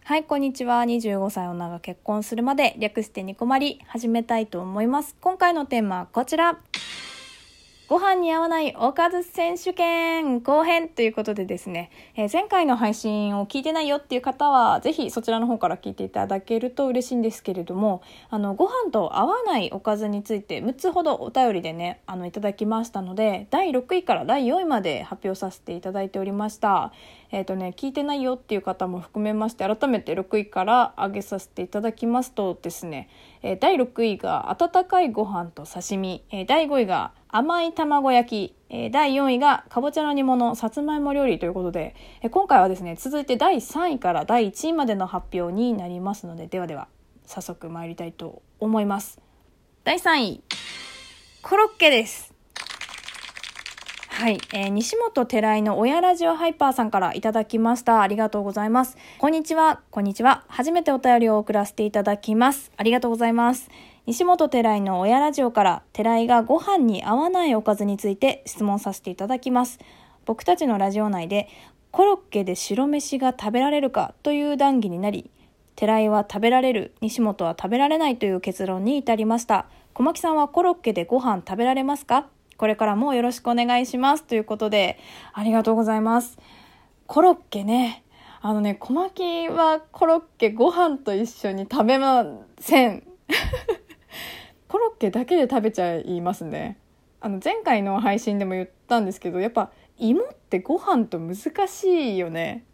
はい、こんにちは。25歳女が結婚するまで略してニコマリ始めたいと思います。今回のテーマはこちら。ご飯に合わないおかず選手権後編ということでですね、前回の配信を聞いてないよっていう方はぜひそちらの方から聞いていただけると嬉しいんですけれども、ご飯と合わないおかずについて6つほどお便りでねいただきましたので、第6位から第4位まで発表させていただいておりました。聞いてないよっていう方も含めまして改めて6位から上げさせていただきますとですね、第6位が温かいご飯と刺身、第5位が甘い卵焼き、第4位がかぼちゃの煮物さつまいも料理ということで、今回はですね続いて第3位から第1位までの発表になりますので、ではでは早速参りたいと思います。第3位コロッケです。はい、西本寺井の親ラジオハイパーさんからいただきました。ありがとうございます。こんにちは。初めてお便りを送らせていただきます。ありがとうございます。西本寺井の親ラジオから寺井がご飯に合わないおかずについて質問させていただきます。僕たちのラジオ内でコロッケで白飯が食べられるかという談義になり、寺井は食べられる、西本は食べられないという結論に至りました。小牧さんはコロッケでご飯食べられますか？これからもよろしくお願いしますということで、ありがとうございます。コロッケね、小牧はコロッケご飯と一緒に食べませんコロッケだけで食べちゃいますね。前回の配信でも言ったんですけど、やっぱ芋ってご飯と難しいよね。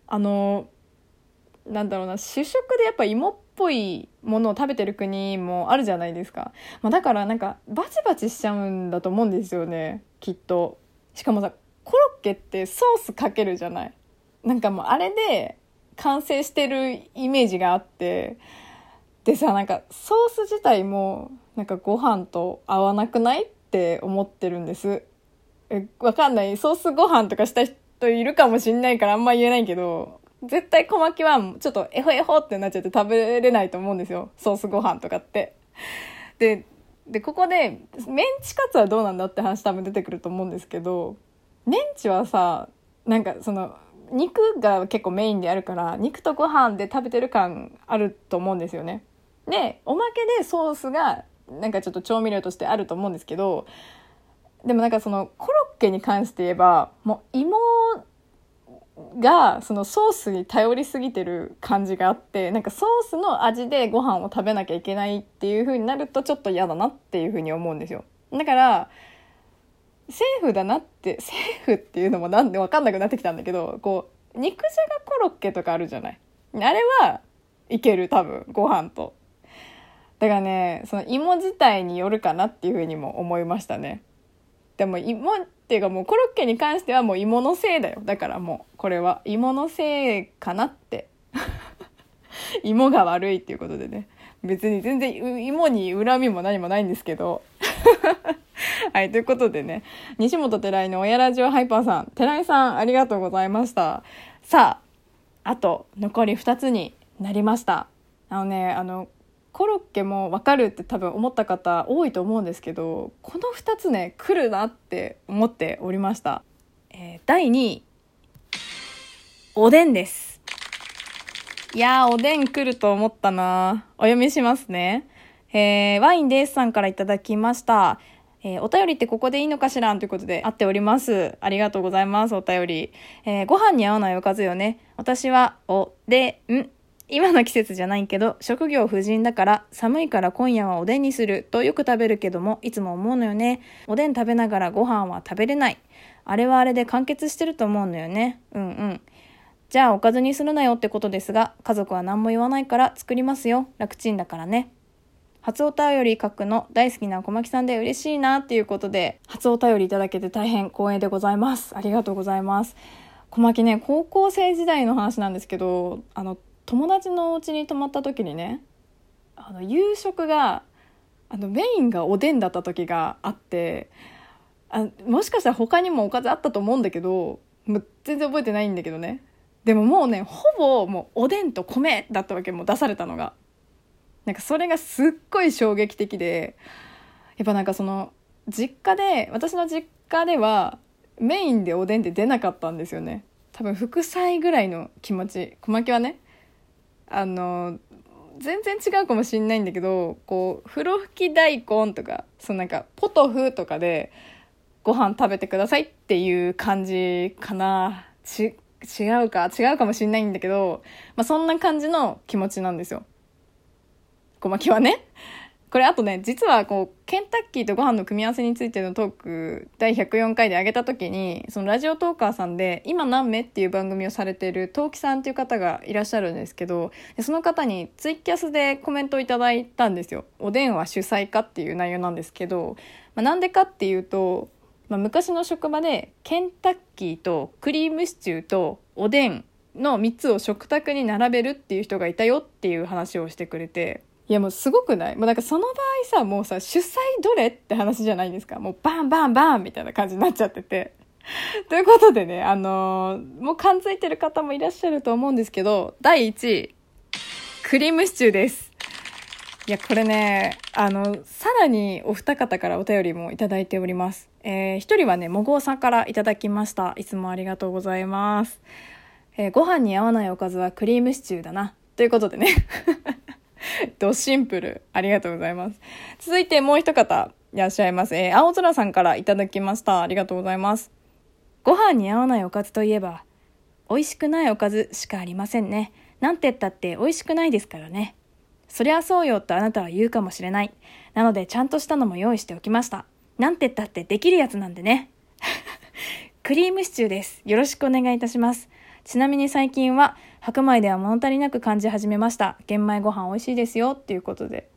なんだろうな、主食でやっぱ芋っぽいものを食べてる国もあるじゃないですか。だからなんかバチバチしちゃうんだと思うんですよね、きっと。しかもさ、コロッケってソースかけるじゃない。なんかもうあれで完成してるイメージがあって、でさ、なんかソース自体もなんかご飯と合わなくないって思ってるんです。わかんない、ソースご飯とかした人いるかもしんないからあんま言えないけど、絶対小牧はちょっとエホエホってなっちゃって食べれないと思うんですよ、ソースご飯とかって。でここでメンチカツはどうなんだって話多分出てくると思うんですけど、メンチはさ、なんかその肉が結構メインであるから肉とご飯で食べてる感あると思うんですよね。でおまけでソースがなんかちょっと調味料としてあると思うんですけど、でもなんかそのコロッケに関して言えばもう芋がそのソースに頼りすぎてる感じがあって、なんかソースの味でご飯を食べなきゃいけないっていう風になるとちょっと嫌だなっていう風に思うんですよ。だからセーフだなって、セーフっていうのもなんで分かんなくなってきたんだけど、こう肉じゃがコロッケとかあるじゃない。あれはいける、多分ご飯と。だからね、その芋自体によるかなっていう風にも思いましたね。でも芋っていうかもうコロッケに関してはもう芋のせいだよ。だからもうこれは芋のせいかなって芋が悪いっていうことでね、別に全然芋に恨みも何もないんですけどはい、ということでね、西本寺井の親ラジオハイパーさん、寺井さんありがとうございました。さあ、あと残り2つになりました。コロッケも分かるって多分思った方多いと思うんですけど、この2つね来るなって思っておりました。第2位おでんです。いやー、おでん来ると思ったな。お読みしますね。ワインですさんからいただきました。お便りってここでいいのかしらということで合っております。ありがとうございます。お便り、ご飯に合わないおかずよね。私はおでん、今の季節じゃないけど職業婦人だから寒いから今夜はおでんにするとよく食べるけども、いつも思うのよね。おでん食べながらご飯は食べれない。あれはあれで完結してると思うのよね。じゃあおかずにするなよってことですが、家族は何も言わないから作りますよ。楽ちんだからね。初お便り書くの大好きな小牧さんで嬉しいなっていうことで、初お便りいただけて大変光栄でございます。ありがとうございます。小牧ね、高校生時代の話なんですけど、友達のお家に泊まった時にね、夕食がメインがおでんだった時があって、もしかしたら他にもおかずあったと思うんだけど、もう全然覚えてないんだけどね。でももうね、ほぼもうおでんと米だったわけ。もう出されたのがなんかそれがすっごい衝撃的で、やっぱなんかその私の実家ではメインでおでんって出なかったんですよね。多分副菜ぐらいの気持ち、小牧はね全然違うかもしんないんだけど、こう風呂吹き大根とかなんかポトフとかでご飯食べてくださいっていう感じかな。違うかもしんないんだけど、そんな感じの気持ちなんですよ、小牧はね。これあとね、実はこうケンタッキーとご飯の組み合わせについてのトーク第104回で上げた時に、そのラジオトーカーさんで今何名っていう番組をされているトウキさんっていう方がいらっしゃるんですけど、その方にツイキャスでコメントをいただいたんですよ。おでんは主菜かっていう内容なんですけど、なんでかっていうと、昔の職場でケンタッキーとクリームシチューとおでんの3つを食卓に並べるっていう人がいたよっていう話をしてくれて、いやもうすごくない？もうなんかその場合さ、もうさ、主菜どれって話じゃないですか。もうバンバンバンみたいな感じになっちゃってて。ということでね、もう感づいてる方もいらっしゃると思うんですけど、第1位、クリームシチューです。いや、これね、さらにお二方からお便りもいただいております。一人はね、もごうさんからいただきました。いつもありがとうございます。ご飯に合わないおかずはクリームシチューだな。ということでね。ドシンプル。ありがとうございます。続いてもう一方いらっしゃいます。青空さんからいただきました。ありがとうございます。ご飯に合わないおかずといえば、美味しくないおかずしかありませんね。なんて言ったって美味しくないですからね。そりゃそうよとあなたは言うかもしれない。なのでちゃんとしたのも用意しておきました。なんて言ったってできるやつなんでね。クリームシチューです。よろしくお願いいたします。ちなみに最近は白米では物足りなく感じ始めました。玄米ご飯美味しいですよっていうことで。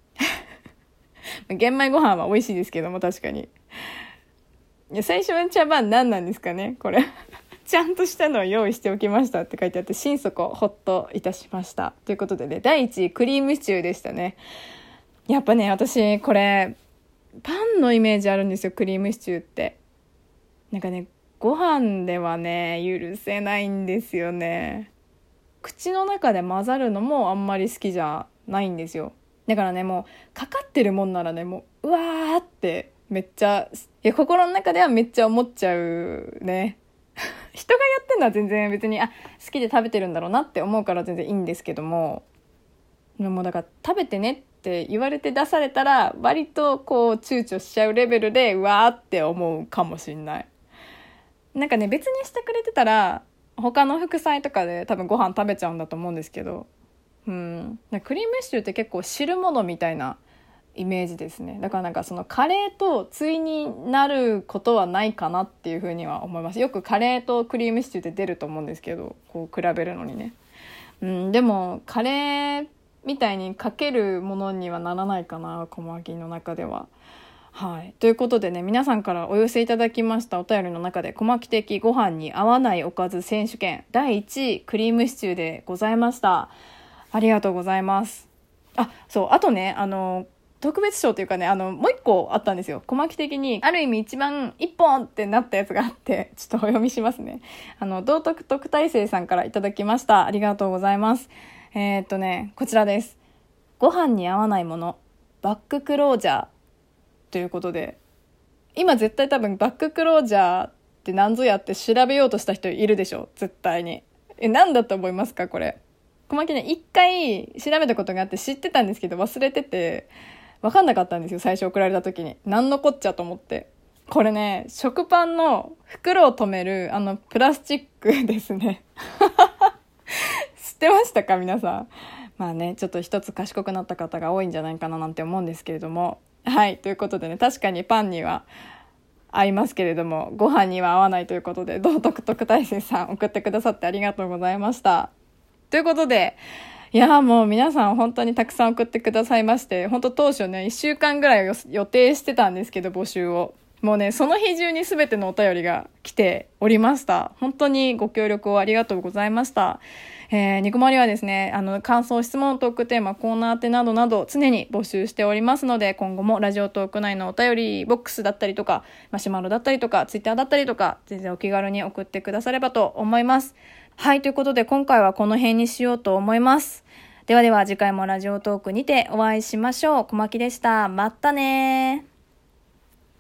玄米ご飯は美味しいですけども、確かに。いや、最初の茶番何なんですかねこれ。ちゃんとしたのを用意しておきましたって書いてあって、心底ほっといたしました。ということでね、第1位クリームシチューでしたね。やっぱね、私これパンのイメージあるんですよ、クリームシチューって。なんかね、ご飯ではね許せないんですよね。口の中で混ざるのもあんまり好きじゃないんですよ。だからね、もうかかってるもんならね、もううわーってめっちゃ、いや心の中ではめっちゃ思っちゃうね。人がやってんのは全然別に好きで食べてるんだろうなって思うから全然いいんですけども、でもだから食べてねって言われて出されたら割とこう躊躇しちゃうレベルでうわーって思うかもしんない。なんかね、別にしてくれてたら他の副菜とかで多分ご飯食べちゃうんだと思うんですけど、クリームシチューって結構汁物みたいなイメージですね。だからなんかそのカレーと対になることはないかなっていうふうには思います。よくカレーとクリームシチューって出ると思うんですけど、こう比べるのにね。でもカレーみたいにかけるものにはならないかな、小牧の中では。はい、ということでね、皆さんからお寄せいただきましたお便りの中で、小牧的ご飯に合わないおかず選手権第1位クリームシチューでございました。ありがとうございます。そう、あとね、特別賞というかね、もう一個あったんですよ。小牧的にある意味一番一本ってなったやつがあって、ちょっとお読みしますね。道徳特待生さんからいただきました。ありがとうございます。こちらです。ご飯に合わないもの、バッククロージャーということで、今絶対多分バッククロージャーって何ぞやって調べようとした人いるでしょ、絶対に。何だと思いますかこれ。小牧ね、一回調べたことがあって知ってたんですけど忘れてて分かんなかったんですよ、最初送られた時に。何のこっちゃと思って。これね、食パンの袋を留めるプラスチックですね。知ってましたか皆さん。まあね、ちょっと一つ賢くなった方が多いんじゃないかななんて思うんですけれども、はい、ということでね、確かにパンには合いますけれどもご飯には合わないということで、道徳特待生さん送ってくださってありがとうございました。ということで、いやもう皆さん本当にたくさん送ってくださいまして、本当当初ね1週間ぐらいを予定してたんですけど、募集をもうねその日中に全てのお便りが来ておりました。本当にご協力をありがとうございました。肉まりはですね、感想、質問、トークテーマ、コーナー宛てなどなど常に募集しておりますので、今後もラジオトーク内のお便りボックスだったりとか、マシュマロだったりとか、ツイッターだったりとか、全然お気軽に送ってくださればと思います。はい、ということで今回はこの辺にしようと思います。ではでは次回もラジオトークにてお会いしましょう。小牧でした。またね。